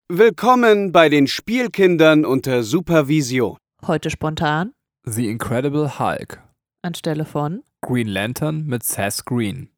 Willkommen bei den Spielkindern unter Supervision. Heute spontan The Incredible Hulk. Anstelle von Green Lantern mit Seth Green.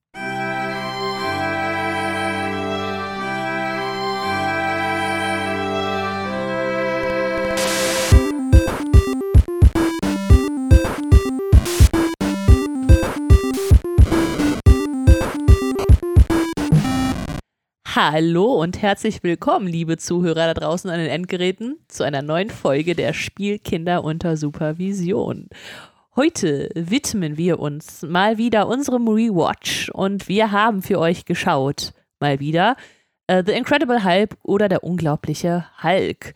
Hallo und herzlich willkommen, liebe Zuhörer da draußen an den Endgeräten, zu einer neuen Folge der Spielkinder unter Supervision. Heute widmen wir uns mal wieder unserem Rewatch und wir haben für euch geschaut, mal wieder, The Incredible Hulk oder der unglaubliche Hulk.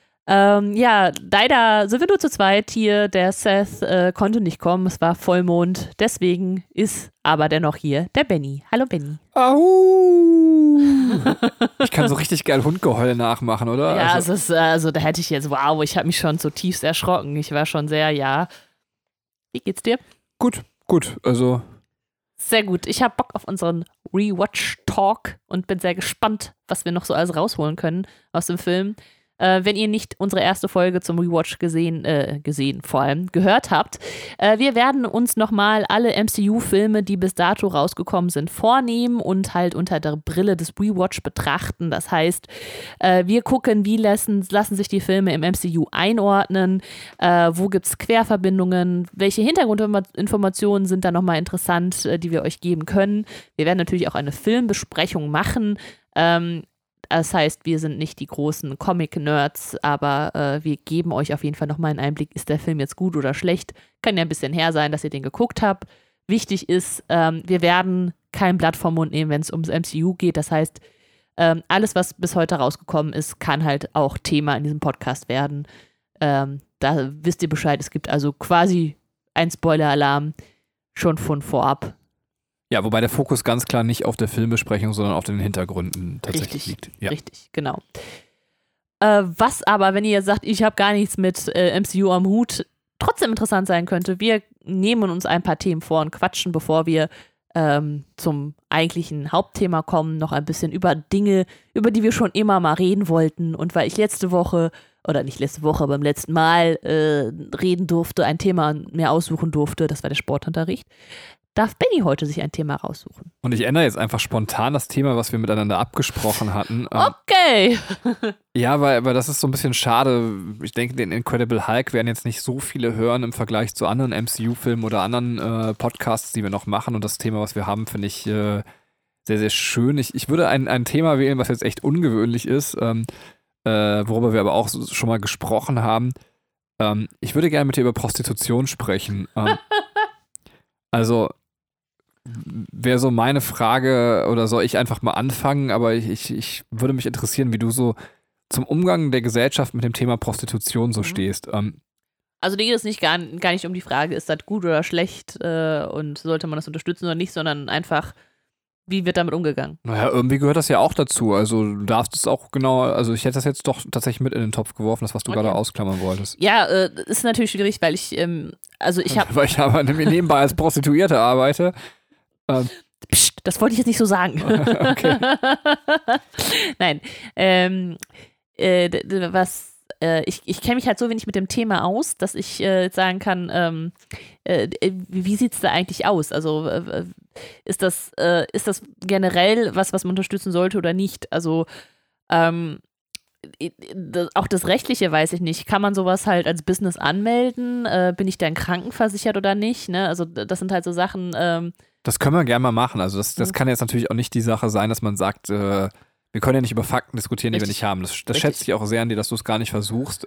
Leider sind wir nur zu zweit hier. Der Seth konnte nicht kommen, es war Vollmond. Deswegen ist aber dennoch hier der Benny. Hallo Benny. Au! Ich kann so richtig geil Hundgeheule nachmachen, oder? Ja, da hätte ich jetzt, ich habe mich schon zutiefst erschrocken. Ich war schon sehr, Wie geht's dir? Gut, also. Sehr gut. Ich habe Bock auf unseren Rewatch-Talk und bin sehr gespannt, was wir noch so alles rausholen können aus dem Film. Wenn ihr nicht unsere erste Folge zum Rewatch vor allem gehört habt, wir werden uns nochmal alle MCU-Filme, die bis dato rausgekommen sind, vornehmen und halt unter der Brille des Rewatch betrachten. Das heißt, wir gucken, wie lassen sich die Filme im MCU einordnen, wo gibt es Querverbindungen, welche Hintergrundinformationen sind da nochmal interessant, die wir euch geben können. Wir werden natürlich auch eine Filmbesprechung machen. Das heißt, wir sind nicht die großen Comic-Nerds, aber wir geben euch auf jeden Fall nochmal einen Einblick, ist der Film jetzt gut oder schlecht. Kann ja ein bisschen her sein, dass ihr den geguckt habt. Wichtig ist, wir werden kein Blatt vom Mund nehmen, wenn es ums MCU geht. Das heißt, alles, was bis heute rausgekommen ist, kann halt auch Thema in diesem Podcast werden. Da wisst ihr Bescheid. Es gibt also quasi einen Spoiler-Alarm schon von vorab. Ja, wobei der Fokus ganz klar nicht auf der Filmbesprechung, sondern auf den Hintergründen tatsächlich liegt. Ja. Richtig, genau. Was aber, wenn ihr sagt, ich habe gar nichts mit MCU am Hut, trotzdem interessant sein könnte, wir nehmen uns ein paar Themen vor und quatschen, bevor wir zum eigentlichen Hauptthema kommen, noch ein bisschen über Dinge, über die wir schon immer mal reden wollten. Und weil ich beim letzten Mal reden durfte, ein Thema mir aussuchen durfte, das war der Sportunterricht, darf Benny heute sich ein Thema raussuchen. Und ich ändere jetzt einfach spontan das Thema, was wir miteinander abgesprochen hatten. Okay. Ja, weil das ist so ein bisschen schade. Ich denke, den Incredible Hulk werden jetzt nicht so viele hören im Vergleich zu anderen MCU-Filmen oder anderen Podcasts, die wir noch machen. Und das Thema, was wir haben, finde ich sehr, sehr schön. Ich würde ein Thema wählen, was jetzt echt ungewöhnlich ist, worüber wir aber auch schon mal gesprochen haben. Ich würde gerne mit dir über Prostitution sprechen. Also wäre so meine Frage, oder soll ich einfach mal anfangen, aber ich würde mich interessieren, wie du so zum Umgang der Gesellschaft mit dem Thema Prostitution so stehst. Also dir geht es gar nicht um die Frage, ist das gut oder schlecht und sollte man das unterstützen oder nicht, sondern einfach, wie wird damit umgegangen? Naja, irgendwie gehört das ja auch dazu. Also du darfst es auch also ich hätte das jetzt doch tatsächlich mit in den Topf geworfen, das, was du gerade ausklammern wolltest. Ja, ist natürlich schwierig, weil ich Weil ich aber nebenbei als Prostituierte arbeite. Psst, das wollte ich jetzt nicht so sagen. Okay. Nein. Ich kenne mich halt so wenig mit dem Thema aus, dass ich jetzt sagen kann, wie sieht es da eigentlich aus? Also ist das generell was man unterstützen sollte oder nicht? Also auch das Rechtliche weiß ich nicht. Kann man sowas halt als Business anmelden? Bin ich dann krankenversichert oder nicht? Ne? Also das sind halt so Sachen. Das können wir gerne mal machen. Also das kann jetzt natürlich auch nicht die Sache sein, dass man sagt, wir können ja nicht über Fakten diskutieren, die wir nicht haben. Das schätze ich auch sehr an dir, dass du es gar nicht versuchst.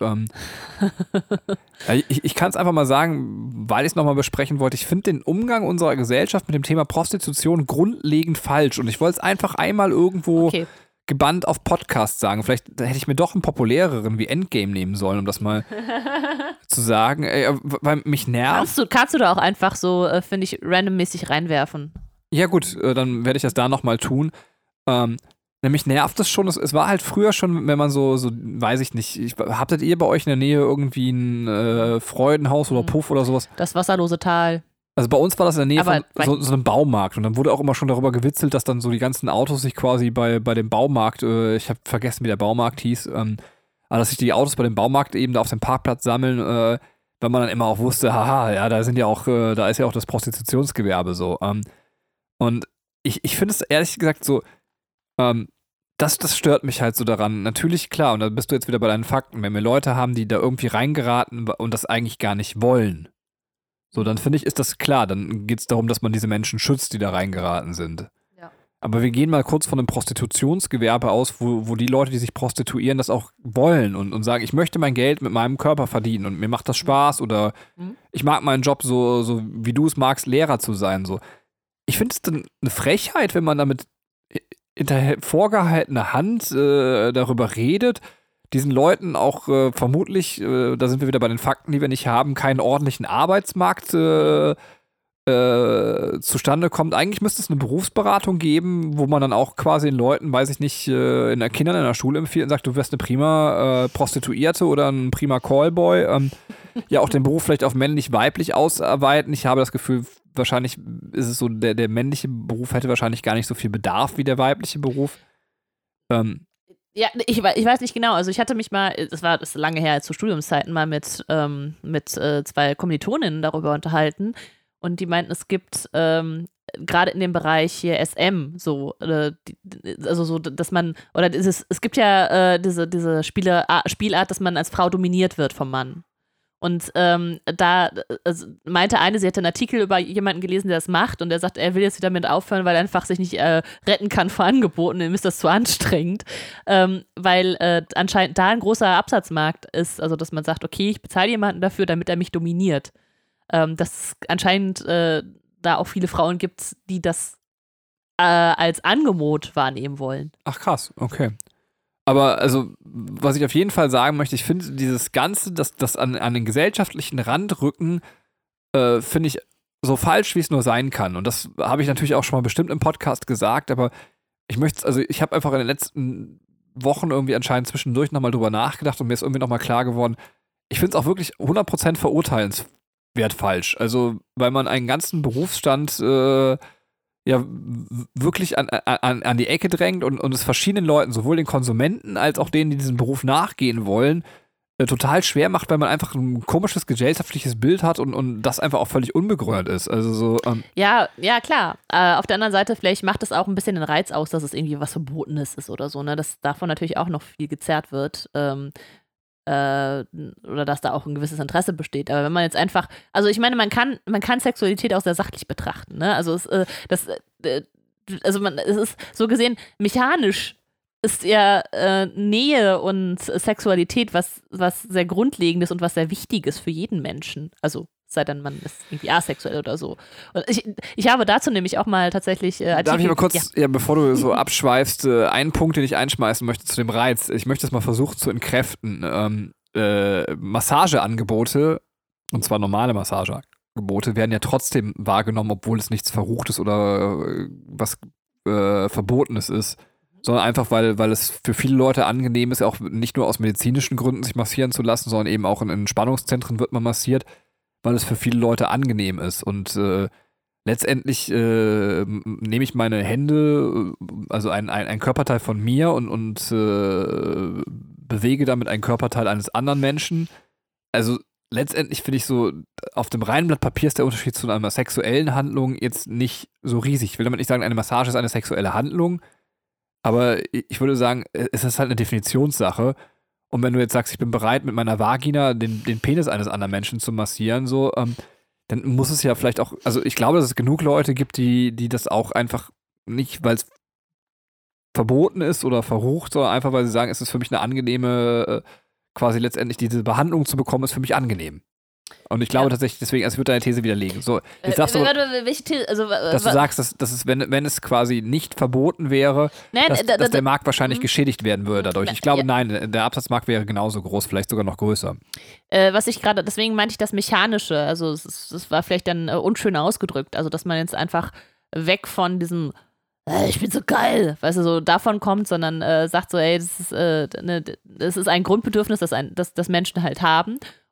Ich kann es einfach mal sagen, weil ich es nochmal besprechen wollte. Ich finde den Umgang unserer Gesellschaft mit dem Thema Prostitution grundlegend falsch. Und ich wollte es einfach einmal irgendwo gebannt auf Podcast sagen. Vielleicht hätte ich mir doch einen populäreren wie Endgame nehmen sollen, um das mal zu sagen. Weil mich nervt. Kannst du da auch einfach so, finde ich, randommäßig reinwerfen. Ja gut, dann werde ich das da nochmal tun. Nämlich nervt es schon, es war halt früher schon, wenn man so weiß ich nicht, habtet ihr bei euch in der Nähe irgendwie ein Freudenhaus oder Puff oder sowas? Das wasserlose Tal. Also bei uns war das in der Nähe Aber von so einem Baumarkt und dann wurde auch immer schon darüber gewitzelt, dass dann so die ganzen Autos sich quasi bei dem Baumarkt, ich habe vergessen, wie der Baumarkt hieß, aber dass sich die Autos bei dem Baumarkt eben da auf dem Parkplatz sammeln, weil man dann immer auch wusste, haha, ja, da ist ja auch das Prostitutionsgewerbe so. Und ich finde es ehrlich gesagt so, das stört mich halt so daran. Natürlich, klar, und da bist du jetzt wieder bei deinen Fakten, wenn wir Leute haben, die da irgendwie reingeraten und das eigentlich gar nicht wollen. So, dann finde ich, ist das klar. Dann geht es darum, dass man diese Menschen schützt, die da reingeraten sind. Ja. Aber wir gehen mal kurz von einem Prostitutionsgewerbe aus, wo die Leute, die sich prostituieren, das auch wollen und sagen, ich möchte mein Geld mit meinem Körper verdienen und mir macht das Spaß oder ich mag meinen Job so wie du es magst, Lehrer zu sein. So. Ich finde es dann eine Frechheit, wenn man damit hinter vorgehaltener Hand darüber redet, diesen Leuten auch vermutlich, da sind wir wieder bei den Fakten, die wir nicht haben, keinen ordentlichen Arbeitsmarkt zustande kommt. Eigentlich müsste es eine Berufsberatung geben, wo man dann auch quasi den Leuten, weiß ich nicht, in der Kindern in der Schule empfiehlt und sagt, du wirst eine prima Prostituierte oder ein prima Callboy. Ja, auch den Beruf vielleicht auf männlich-weiblich ausarbeiten. Ich habe das Gefühl, wahrscheinlich ist es so, der männliche Beruf hätte wahrscheinlich gar nicht so viel Bedarf wie der weibliche Beruf. Ja, ich weiß nicht genau. Also ich hatte mich mal, das ist lange her, zu Studiumszeiten, mal mit zwei Kommilitoninnen darüber unterhalten und die meinten, es gibt gerade in dem Bereich hier SM so, also so, dass man, oder es gibt ja diese Spielart, dass man als Frau dominiert wird vom Mann. Und da meinte eine, sie hätte einen Artikel über jemanden gelesen, der das macht und der sagt, er will jetzt wieder damit aufhören, weil er einfach sich nicht retten kann vor Angeboten, ihm ist das zu anstrengend, weil anscheinend da ein großer Absatzmarkt ist, also dass man sagt, okay, ich bezahle jemanden dafür, damit er mich dominiert. Dass es anscheinend da auch viele Frauen gibt, die das als Angebot wahrnehmen wollen. Ach krass, okay. Aber also, was ich auf jeden Fall sagen möchte, ich finde dieses Ganze, das an den gesellschaftlichen Rand rücken, finde ich so falsch, wie es nur sein kann. Und das habe ich natürlich auch schon mal bestimmt im Podcast gesagt, aber ich habe einfach in den letzten Wochen irgendwie anscheinend zwischendurch nochmal drüber nachgedacht und mir ist irgendwie nochmal klar geworden, ich finde es auch wirklich 100% verurteilenswert falsch. Also, weil man einen ganzen Berufsstand wirklich an die Ecke drängt und es verschiedenen Leuten, sowohl den Konsumenten als auch denen, die diesem Beruf nachgehen wollen, total schwer macht, weil man einfach ein komisches gesellschaftliches Bild hat und das einfach auch völlig unbegründet ist. Also so, ja, klar. Auf der anderen Seite, vielleicht macht es auch ein bisschen den Reiz aus, dass es irgendwie was Verbotenes ist oder so, ne? Dass davon natürlich auch noch viel gezerrt wird. Oder dass da auch ein gewisses Interesse besteht. Aber wenn man jetzt einfach, also ich meine, man kann Sexualität auch sehr sachlich betrachten, ne? Also es ist so gesehen mechanisch ist ja Nähe und Sexualität was sehr Grundlegendes und was sehr Wichtiges für jeden Menschen. Also sei denn, man ist irgendwie asexuell oder so. Und ich habe dazu nämlich auch mal tatsächlich Artikel. Darf ich mal kurz, bevor du so abschweifst, einen Punkt, den ich einschmeißen möchte zu dem Reiz. Ich möchte es mal versuchen zu entkräften. Massageangebote, und zwar normale Massageangebote, werden ja trotzdem wahrgenommen, obwohl es nichts Verruchtes oder was Verbotenes ist. Sondern einfach, weil es für viele Leute angenehm ist, auch nicht nur aus medizinischen Gründen sich massieren zu lassen, sondern eben auch in Entspannungszentren wird man massiert, weil es für viele Leute angenehm ist. Und letztendlich nehme ich meine Hände, also ein Körperteil von mir und bewege damit ein Körperteil eines anderen Menschen. Also letztendlich finde ich so, auf dem reinen Blatt Papier ist der Unterschied zu einer sexuellen Handlung jetzt nicht so riesig. Ich will damit nicht sagen, eine Massage ist eine sexuelle Handlung, aber ich würde sagen, es ist halt eine Definitionssache. Und wenn du jetzt sagst, ich bin bereit, mit meiner Vagina den Penis eines anderen Menschen zu massieren, so, dann muss es ja vielleicht auch, also ich glaube, dass es genug Leute gibt, die das auch einfach nicht, weil es verboten ist oder verrucht, sondern einfach, weil sie sagen, es ist für mich eine angenehme, quasi letztendlich diese Behandlung zu bekommen, ist für mich angenehm. Und ich glaube tatsächlich, deswegen, also ich würde deine These widerlegen. So, jetzt sagst du, welche These, also, dass du sagst, dass es, wenn es quasi nicht verboten wäre, dass der Markt wahrscheinlich geschädigt werden würde dadurch. Ich glaube, nein, der Absatzmarkt wäre genauso groß, vielleicht sogar noch größer. Deswegen meinte ich das Mechanische, also es war vielleicht dann unschön ausgedrückt, also dass man jetzt einfach weg von diesem ich bin so geil, weißt du, so davon kommt, sondern sagt so, ey, das ist ein Grundbedürfnis, das Menschen halt haben.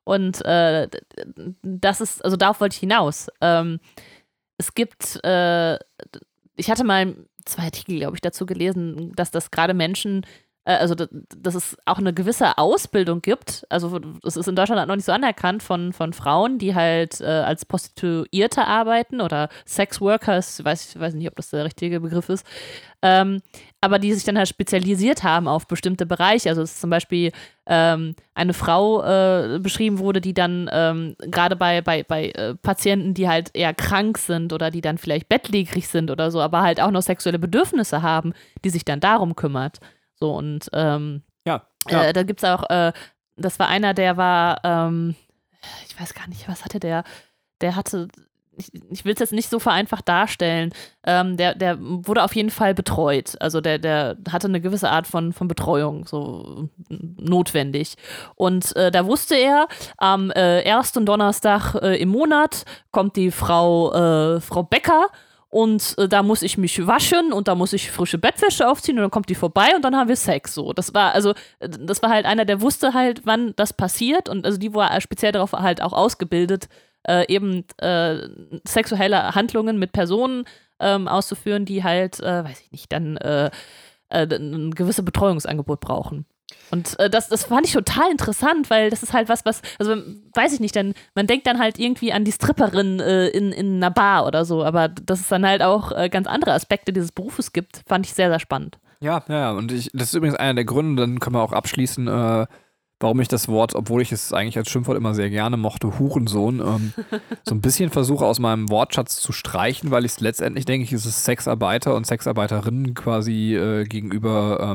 Und das ist, also darauf wollte ich hinaus. Es gibt, ich hatte mal 2 Artikel, glaube ich, dazu gelesen, dass das gerade Menschen, also dass es auch eine gewisse Ausbildung gibt. Also es ist in Deutschland halt noch nicht so anerkannt von Frauen, die halt als Prostituierte arbeiten oder Sexworkers, ich weiß nicht, ob das der richtige Begriff ist, aber die sich dann halt spezialisiert haben auf bestimmte Bereiche. Also es ist zum Beispiel eine Frau beschrieben wurde, die dann gerade bei Patienten, die halt eher krank sind oder die dann vielleicht bettlägerig sind oder so, aber halt auch noch sexuelle Bedürfnisse haben, die sich dann darum kümmert. So, und da gibt es auch, das war einer, der war, ich weiß gar nicht, was hatte der hatte, ich will es jetzt nicht so vereinfacht darstellen, der wurde auf jeden Fall betreut, also der hatte eine gewisse Art von Betreuung so notwendig und da wusste er, am ersten Donnerstag im Monat kommt die Frau Becker. Und da muss ich mich waschen und da muss ich frische Bettwäsche aufziehen und dann kommt die vorbei und dann haben wir Sex. So, das war halt einer, der wusste halt, wann das passiert und also die war speziell darauf halt auch ausgebildet, eben sexuelle Handlungen mit Personen auszuführen, die halt, weiß ich nicht, dann ein gewisses Betreuungsangebot brauchen. Und das fand ich total interessant, weil das ist halt was, also weiß ich nicht, dann man denkt dann halt irgendwie an die Stripperin in einer Bar oder so, aber dass es dann halt auch ganz andere Aspekte dieses Berufes gibt, fand ich sehr, sehr spannend. Ja, und das ist übrigens einer der Gründe, dann können wir auch abschließen, warum ich das Wort, obwohl ich es eigentlich als Schimpfwort immer sehr gerne mochte, Hurensohn, so ein bisschen versuche aus meinem Wortschatz zu streichen, weil ich es letztendlich, denke ich, ist es Sexarbeiter und Sexarbeiterinnen quasi gegenüber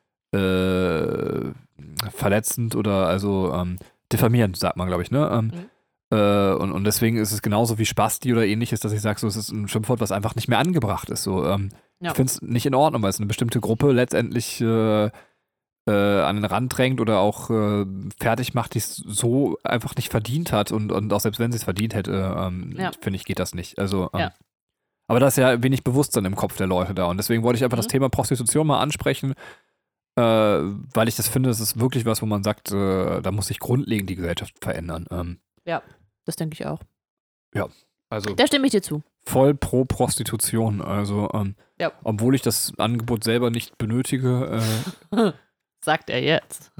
verletzend oder also diffamierend, sagt man, glaube ich, ne? Und deswegen ist es genauso wie Spasti oder ähnliches, dass ich sage, so, es ist ein Schimpfwort, was einfach nicht mehr angebracht ist. So, ich finde es nicht in Ordnung, weil es eine bestimmte Gruppe letztendlich an den Rand drängt oder auch fertig macht, die es so einfach nicht verdient hat und auch selbst wenn sie es verdient hätte, finde ich, geht das nicht. Also aber da ist ja wenig Bewusstsein im Kopf der Leute da und deswegen wollte ich einfach das Thema Prostitution mal ansprechen, weil ich das finde, das ist wirklich was, wo man sagt, da muss sich grundlegend die Gesellschaft verändern. Ja, das denke ich auch. Ja, also. Da stimme ich dir zu. Voll pro Prostitution. Also, obwohl ich das Angebot selber nicht benötige. Sagt er jetzt.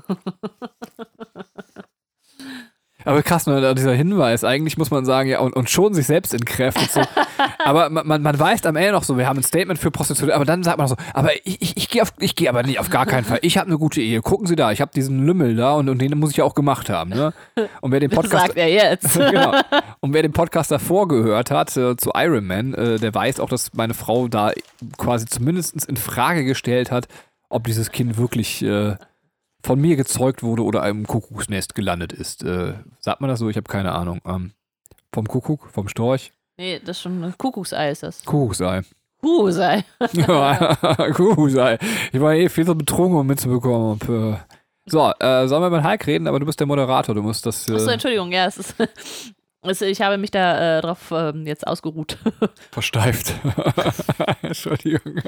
Aber krass, ne, dieser Hinweis, eigentlich muss man sagen, ja, und schon sich selbst entkräftet. So. Aber man weiß am Ende noch so, wir haben ein Statement für Prostitution, aber dann sagt man noch so, aber ich gehe aber nicht, auf gar keinen Fall. Ich habe eine gute Ehe. Gucken Sie da, ich habe diesen Lümmel da und den muss ich ja auch gemacht haben. Ne? Und wer den Podcast, sagt er jetzt. Genau. Und wer den Podcast davor gehört hat, zu Iron Man, der weiß auch, dass meine Frau da quasi zumindest in Frage gestellt hat, ob dieses Kind wirklich von mir gezeugt wurde oder im Kuckucksnest gelandet ist. Sagt man das so? Ich habe keine Ahnung. Vom Kuckuck? Vom Storch? Nee, das ist schon ein Kuckucksei ist das. Kuckucksei. Kuckucksei. Ja, Kuckucksei. Ich war viel so betrunken, um mitzubekommen. So, sollen wir über den Hulk reden? Aber du bist der Moderator, du musst das... Achso, Entschuldigung, ja, es ist... ich habe mich da drauf jetzt ausgeruht. Versteift. Entschuldigung.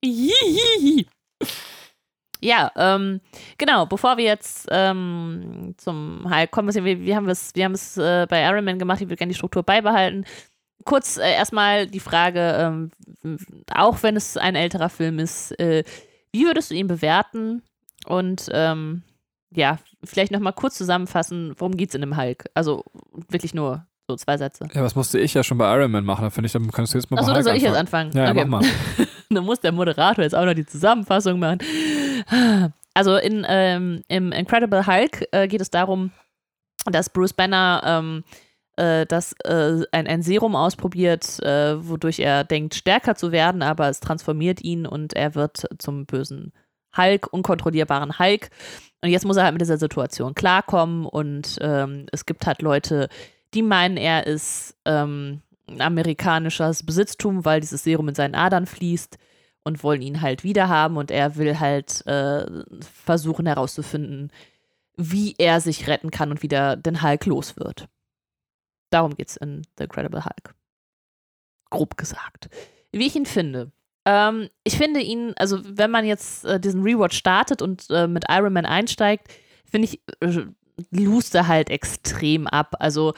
Ja, genau, bevor wir jetzt zum Hulk kommen, wir haben es bei Iron Man gemacht, ich würde gerne die Struktur beibehalten. Kurz erstmal die Frage, auch wenn es ein älterer Film ist, wie würdest du ihn bewerten? Und vielleicht nochmal kurz zusammenfassen, worum geht's in dem Hulk? Also wirklich nur so 2 Sätze. Ja, was musste ich ja schon bei Iron Man machen? Da finde ich, dann kannst du jetzt mal Achso, dann soll ich jetzt anfangen. Ja, okay. Mach mal. Dann muss der Moderator jetzt auch noch die Zusammenfassung machen. Also im Incredible Hulk geht es darum, dass Bruce Banner ein Serum ausprobiert, wodurch er denkt, stärker zu werden, aber es transformiert ihn und er wird zum bösen Hulk, unkontrollierbaren Hulk. Und jetzt muss er halt mit dieser Situation klarkommen und es gibt halt Leute, die meinen, er ist amerikanisches Besitztum, weil dieses Serum in seinen Adern fließt und wollen ihn halt wiederhaben und er will halt versuchen herauszufinden, wie er sich retten kann und wieder den Hulk los wird. Darum geht's in The Incredible Hulk. Grob gesagt. Wie ich ihn finde. Ich finde ihn, also wenn man jetzt diesen Rewatch startet und mit Iron Man einsteigt, finde ich, lust er halt extrem ab. Also,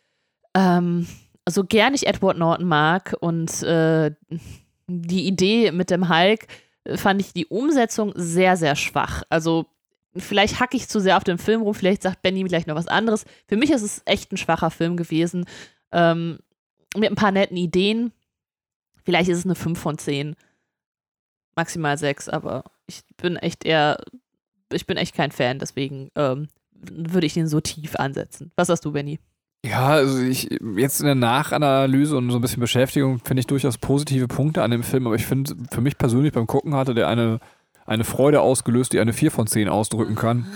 so gern ich Edward Norton mag und die Idee mit dem Hulk, fand ich die Umsetzung sehr, sehr schwach. Also, vielleicht hacke ich zu sehr auf dem Film rum, vielleicht sagt Benny vielleicht noch was anderes. Für mich ist es echt ein schwacher Film gewesen. Mit ein paar netten Ideen. Vielleicht ist es eine 5 von 10. Maximal 6, aber ich bin echt kein Fan, deswegen würde ich den so tief ansetzen. Was sagst du, Benny? Ja, also jetzt in der Nachanalyse und so ein bisschen Beschäftigung finde ich durchaus positive Punkte an dem Film, aber ich finde, für mich persönlich beim Gucken hatte der eine Freude ausgelöst, die eine 4 von 10 ausdrücken kann.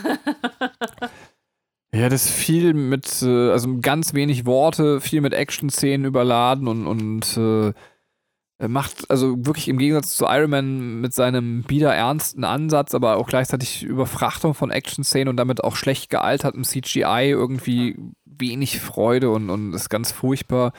Ja, das viel mit, also ganz wenig Worte, viel mit Action-Szenen überladen und macht also wirklich im Gegensatz zu Iron Man mit seinem bieder ernsten Ansatz, aber auch gleichzeitig Überfrachtung von Action-Szenen und damit auch schlecht gealtertem CGI irgendwie wenig Freude und ist ganz furchtbar.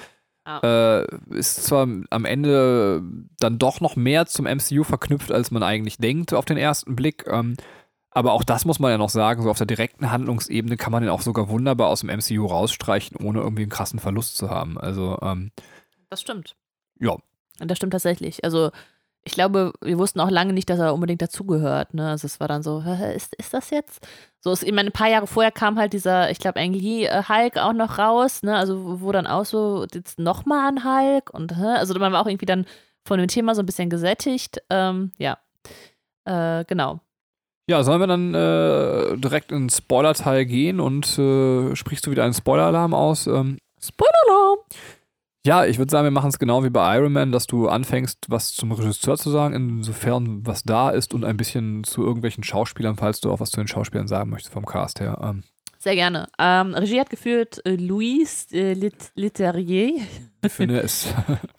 Ist zwar am Ende dann doch noch mehr zum MCU verknüpft, als man eigentlich denkt auf den ersten Blick, aber auch das muss man ja noch sagen, so auf der direkten Handlungsebene kann man den auch sogar wunderbar aus dem MCU rausstreichen, ohne irgendwie einen krassen Verlust zu haben. Also, das stimmt. Ja. Und das stimmt tatsächlich. Also, ich glaube, wir wussten auch lange nicht, dass er unbedingt dazugehört. Ne? Also, es war dann so, ist das jetzt? So, ich meine, ein paar Jahre vorher kam halt dieser, ich glaube, Ang Lee Hulk auch noch raus, ne? Also, wo dann auch so, jetzt nochmal ein Hulk und, also, man war auch irgendwie dann von dem Thema so ein bisschen gesättigt. Ja. Genau. Ja, sollen wir dann direkt in den Spoiler-Teil gehen und sprichst du wieder einen Spoiler-Alarm aus? Spoiler-Alarm! Ja, ich würde sagen, wir machen es genau wie bei Iron Man, dass du anfängst, was zum Regisseur zu sagen, insofern was da ist und ein bisschen zu irgendwelchen Schauspielern, falls du auch was zu den Schauspielern sagen möchtest vom Cast her. Sehr gerne. Regie hat geführt Louis Leterrier. Ich finde es.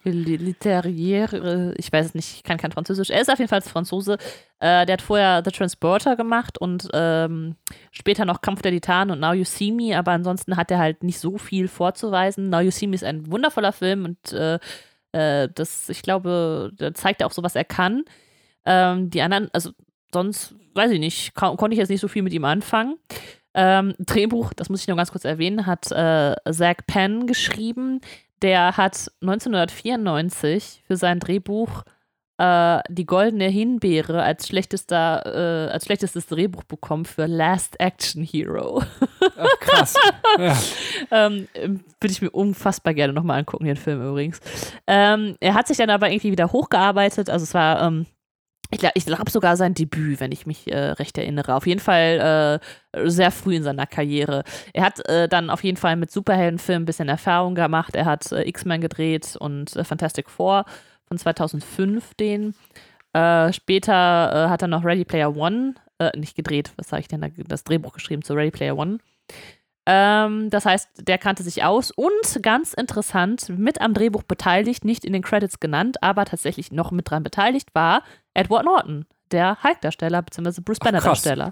Leterrier, ich weiß es nicht, ich kann kein Französisch. Er ist auf jeden Fall Franzose. Der hat vorher The Transporter gemacht und später noch Kampf der Titanen und Now You See Me, aber ansonsten hat er halt nicht so viel vorzuweisen. Now You See Me ist ein wundervoller Film und ich glaube, da zeigt er auch so, was er kann. Die anderen, also sonst, weiß ich nicht, konnte ich jetzt nicht so viel mit ihm anfangen. Drehbuch, das muss ich noch ganz kurz erwähnen, hat Zach Penn geschrieben. Der hat 1994 für sein Drehbuch die Goldene Himbeere als schlechtestes Drehbuch bekommen für Last Action Hero. Ach, krass. Ja. Würde ich mir unfassbar gerne nochmal angucken, den Film übrigens. Er hat sich dann aber irgendwie wieder hochgearbeitet. Also es war ich glaube sogar sein Debüt, wenn ich mich recht erinnere. Auf jeden Fall sehr früh in seiner Karriere. Er hat dann auf jeden Fall mit Superheldenfilmen ein bisschen Erfahrung gemacht. Er hat X-Men gedreht und Fantastic Four von 2005 den. Später hat er noch Ready Player One, nicht gedreht, was sage ich denn da, das Drehbuch geschrieben zu Ready Player One. Das heißt, der kannte sich aus und ganz interessant, mit am Drehbuch beteiligt, nicht in den Credits genannt, aber tatsächlich noch mit dran beteiligt war Edward Norton, der Hulk-Darsteller, beziehungsweise Bruce Banner-Darsteller.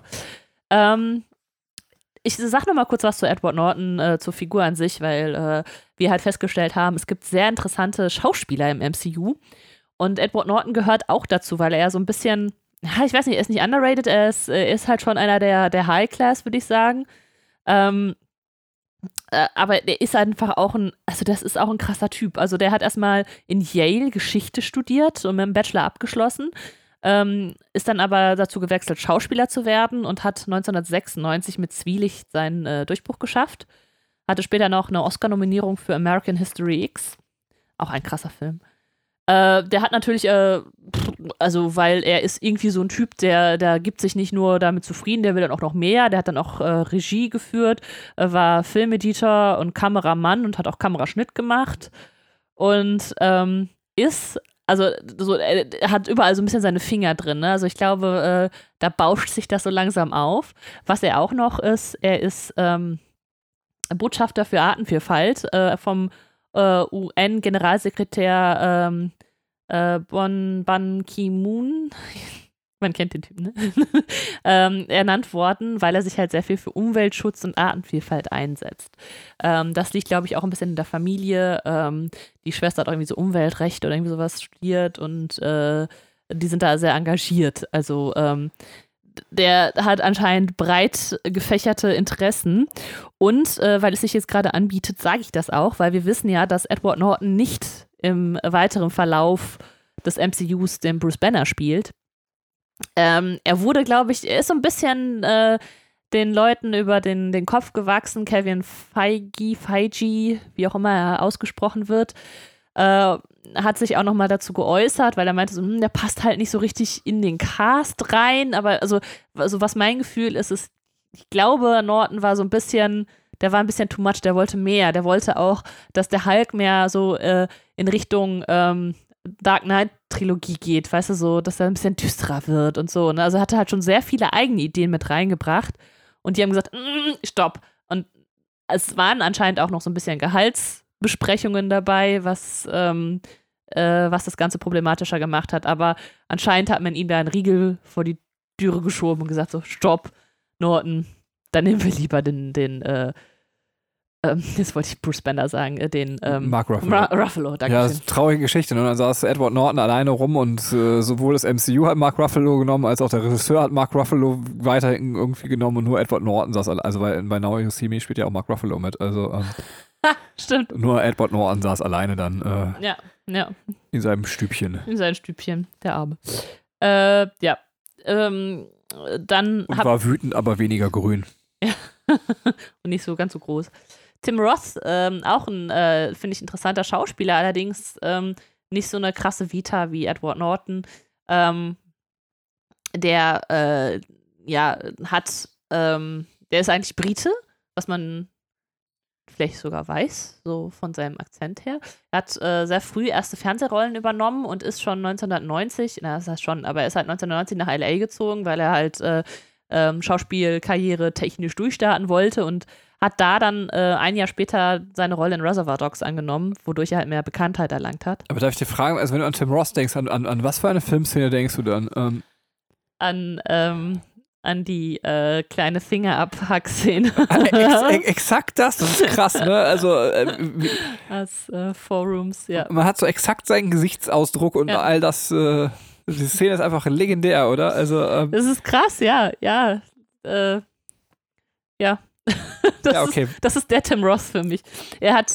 Ich sag noch mal kurz was zu Edward Norton, zur Figur an sich, weil wir halt festgestellt haben, es gibt sehr interessante Schauspieler im MCU und Edward Norton gehört auch dazu, weil er so ein bisschen, ich weiß nicht, er ist nicht underrated, er ist halt schon einer der High-Class, würde ich sagen. Aber der ist einfach auch das ist auch ein krasser Typ. Also der hat erstmal in Yale Geschichte studiert und mit dem Bachelor abgeschlossen, ist dann aber dazu gewechselt, Schauspieler zu werden und hat 1996 mit Zwielicht seinen Durchbruch geschafft. Hatte später noch eine Oscar-Nominierung für American History X. Auch ein krasser Film. Der hat natürlich, also weil er ist irgendwie so ein Typ, der gibt sich nicht nur damit zufrieden, der will dann auch noch mehr. Der hat dann auch Regie geführt, war Filmeditor und Kameramann und hat auch Kameraschnitt gemacht. Und er hat überall so ein bisschen seine Finger drin. Ne? Also ich glaube, da bauscht sich das so langsam auf. Was er auch noch ist, er ist Botschafter für Artenvielfalt vom UN-Generalsekretär Ban Ki-moon, man kennt den Typen, ne? Ernannt worden, weil er sich halt sehr viel für Umweltschutz und Artenvielfalt einsetzt. Das liegt, glaube ich, auch ein bisschen in der Familie. Die Schwester hat auch irgendwie so Umweltrecht oder irgendwie sowas studiert und die sind da sehr engagiert. Also der hat anscheinend breit gefächerte Interessen. Und weil es sich jetzt gerade anbietet, sage ich das auch, weil wir wissen ja, dass Edward Norton nicht im weiteren Verlauf des MCUs den Bruce Banner spielt. Er wurde, glaube ich, er ist so ein bisschen den Leuten über den Kopf gewachsen. Kevin Feige, wie auch immer er ausgesprochen wird, hat sich auch nochmal dazu geäußert, weil er meinte, so, der passt halt nicht so richtig in den Cast rein. Aber also was mein Gefühl ist, ich glaube, Norton war so ein bisschen, der war ein bisschen too much, der wollte mehr. Der wollte auch, dass der Hulk mehr so in Richtung Dark Knight-Trilogie geht, weißt du, so, dass er ein bisschen düsterer wird und so. Ne? Also er hatte halt schon sehr viele eigene Ideen mit reingebracht und die haben gesagt, stopp. Und es waren anscheinend auch noch so ein bisschen Gehaltsbesprechungen dabei, was das Ganze problematischer gemacht hat. Aber anscheinend hat man ihm da einen Riegel vor die Türe geschoben und gesagt, so, stopp, Norton, dann nehmen wir lieber jetzt wollte ich Bruce Banner sagen, den Mark Ruffalo. Ruffalo, danke. Ja, das ist eine traurige Geschichte. Ne? Dann saß Edward Norton alleine rum und sowohl das MCU hat Mark Ruffalo genommen, als auch der Regisseur hat Mark Ruffalo weiterhin irgendwie genommen und nur Edward Norton saß, also bei Now You See Me spielt ja auch Mark Ruffalo mit, also stimmt. Nur Edward Norton saß alleine dann Ja. in seinem Stübchen. In seinem Stübchen, der Arme. Ja. Dann Und war wütend, aber weniger grün. Ja. Und nicht so ganz so groß. Tim Roth, auch ein, finde ich, interessanter Schauspieler, allerdings nicht so eine krasse Vita wie Edward Norton. Der ist eigentlich Brite, was man vielleicht sogar weiß, so von seinem Akzent her. Er hat sehr früh erste Fernsehrollen übernommen und ist schon 1990, das heißt schon, aber er ist halt 1990 nach LA gezogen, weil er halt Schauspielkarriere technisch durchstarten wollte und hat da dann ein Jahr später seine Rolle in Reservoir Dogs angenommen, wodurch er halt mehr Bekanntheit erlangt hat. Aber darf ich dir fragen, also wenn du an Tim Roth denkst, an was für eine Filmszene denkst du dann? An die kleine Finger-Abhack-Szene. Exakt das ist krass, ne? Also Als Forums, ja. Man hat so exakt seinen Gesichtsausdruck und all das, die Szene ist einfach legendär, oder? Also das ist krass, ja. Ja. Okay. Das ist der Tim Roth für mich. Er hat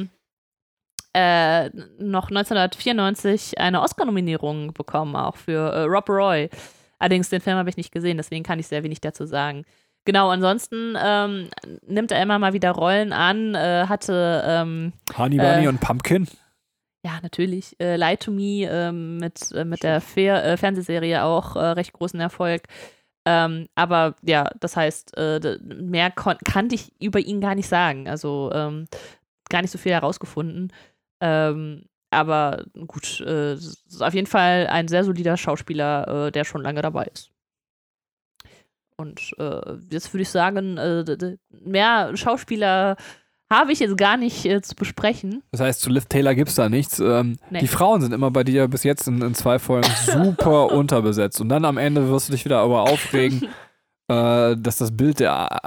noch 1994 eine Oscar-Nominierung bekommen, auch für Rob Roy. Allerdings, den Film habe ich nicht gesehen, deswegen kann ich sehr wenig dazu sagen. Genau, ansonsten nimmt er immer mal wieder Rollen an, hatte Honey Bunny und Pumpkin. Ja, natürlich. Lie to Me mit der Fernsehserie auch recht großen Erfolg. Aber ja, das heißt, mehr kannte ich über ihn gar nicht sagen. Also gar nicht so viel herausgefunden. Aber gut, ist auf jeden Fall ein sehr solider Schauspieler, der schon lange dabei ist. Und jetzt würde ich sagen, mehr Schauspieler habe ich jetzt gar nicht zu besprechen. Das heißt, zu Liv Taylor gibt es da nichts. Nee. Die Frauen sind immer bei dir bis jetzt in 2 Folgen super unterbesetzt. Und dann am Ende wirst du dich wieder aber aufregen, dass das Bild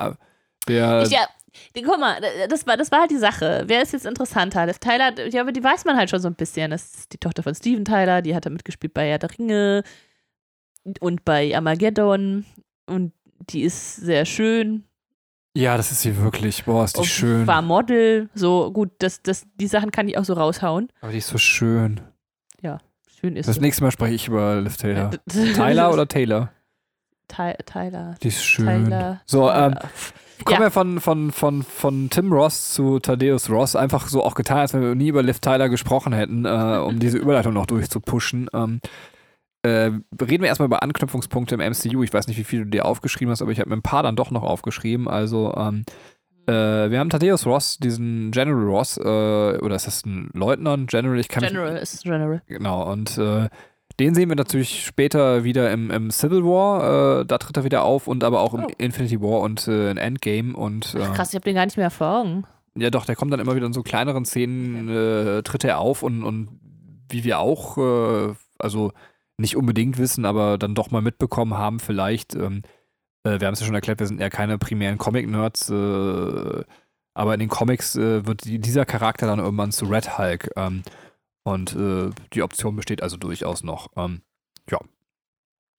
guck mal, das war halt die Sache. Wer ist jetzt interessanter? Liv Tyler, ja, aber die weiß man halt schon so ein bisschen. Das ist die Tochter von Steven Tyler, die hat da mitgespielt bei Herr der Ringe und bei Armageddon. Und die ist sehr schön. Ja, das ist sie wirklich. Boah, ist die schön. War Model. So, gut, die Sachen kann ich auch so raushauen. Aber die ist so schön. Ja, schön ist sie. Das nächste Mal spreche ich über Liv Taylor. Tyler oder Taylor? Tyler. Die ist schön. Tyler. So, kommen wir von Tim Ross zu Thaddeus Ross. Einfach so auch getan, als wenn wir nie über Liv Tyler gesprochen hätten, um diese Überleitung noch durchzupushen. Reden wir erstmal über Anknüpfungspunkte im MCU. Ich weiß nicht, wie viele du dir aufgeschrieben hast, aber ich habe mir ein paar dann doch noch aufgeschrieben. Also, wir haben Thaddeus Ross, diesen General Ross, oder ist das ein Leutnant? General? Ist General. Genau, und den sehen wir natürlich später wieder im Civil War, da tritt er wieder auf und aber auch im Infinity War und in Endgame. Und, krass, ich habe den gar nicht mehr vor Augen. Ja doch, der kommt dann immer wieder in so kleineren Szenen, tritt er auf und wie wir auch, also nicht unbedingt wissen, aber dann doch mal mitbekommen haben vielleicht, wir haben es ja schon erklärt, wir sind ja keine primären Comic-Nerds, aber in den Comics wird dieser Charakter dann irgendwann zu Red Hulk und die Option besteht also durchaus noch. Ja.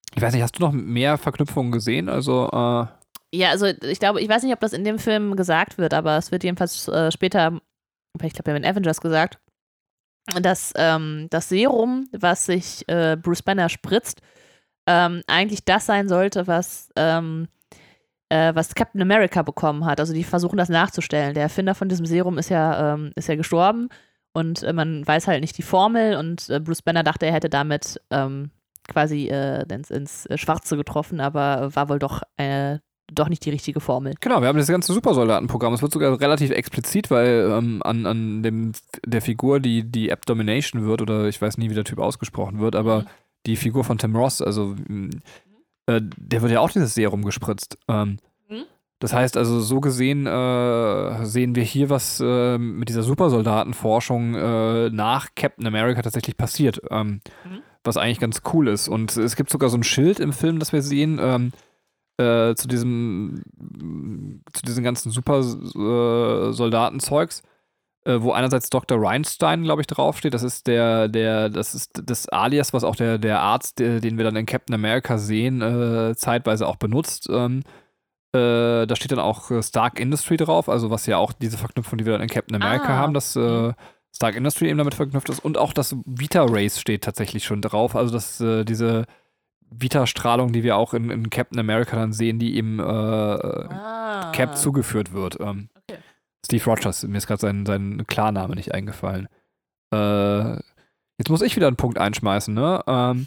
Ich weiß nicht, hast du noch mehr Verknüpfungen gesehen? Also, Ja, also ich glaube, ich weiß nicht, ob das in dem Film gesagt wird, aber es wird jedenfalls später, ich glaube, in Avengers gesagt, dass das Serum, was sich Bruce Banner spritzt, eigentlich das sein sollte, was Captain America bekommen hat. Also die versuchen das nachzustellen. Der Erfinder von diesem Serum ist ja gestorben und man weiß halt nicht die Formel und Bruce Banner dachte, er hätte damit quasi ins Schwarze getroffen, aber war wohl doch nicht die richtige Formel. genau, wir haben das ganze Supersoldatenprogramm. Es wird sogar relativ explizit, weil an der Figur, die Abdomination wird, oder ich weiß nie, wie der Typ ausgesprochen wird, aber die Figur von Tim Ross, also der wird ja auch dieses Serum gespritzt. Das heißt also, so gesehen sehen wir hier, was mit dieser Supersoldatenforschung nach Captain America tatsächlich passiert. Was eigentlich ganz cool ist. Und es gibt sogar so ein Schild im Film, das wir sehen, zu diesem ganzen Supersoldatenzeugs, wo einerseits Dr. Reinstein, glaube ich, draufsteht. Das ist das ist das Alias, was auch der Arzt, den wir dann in Captain America sehen, zeitweise auch benutzt. Da steht dann auch Stark Industry drauf, also was ja auch diese Verknüpfung, die wir dann in Captain America haben, dass Stark Industry eben damit verknüpft ist. Und auch das Vita Race steht tatsächlich schon drauf, also dass diese Vita-Strahlung, die wir auch in Captain America dann sehen, die ihm Cap zugeführt wird. Okay. Steve Rogers, mir ist gerade sein Klarname nicht eingefallen. Jetzt muss ich wieder einen Punkt einschmeißen, ne?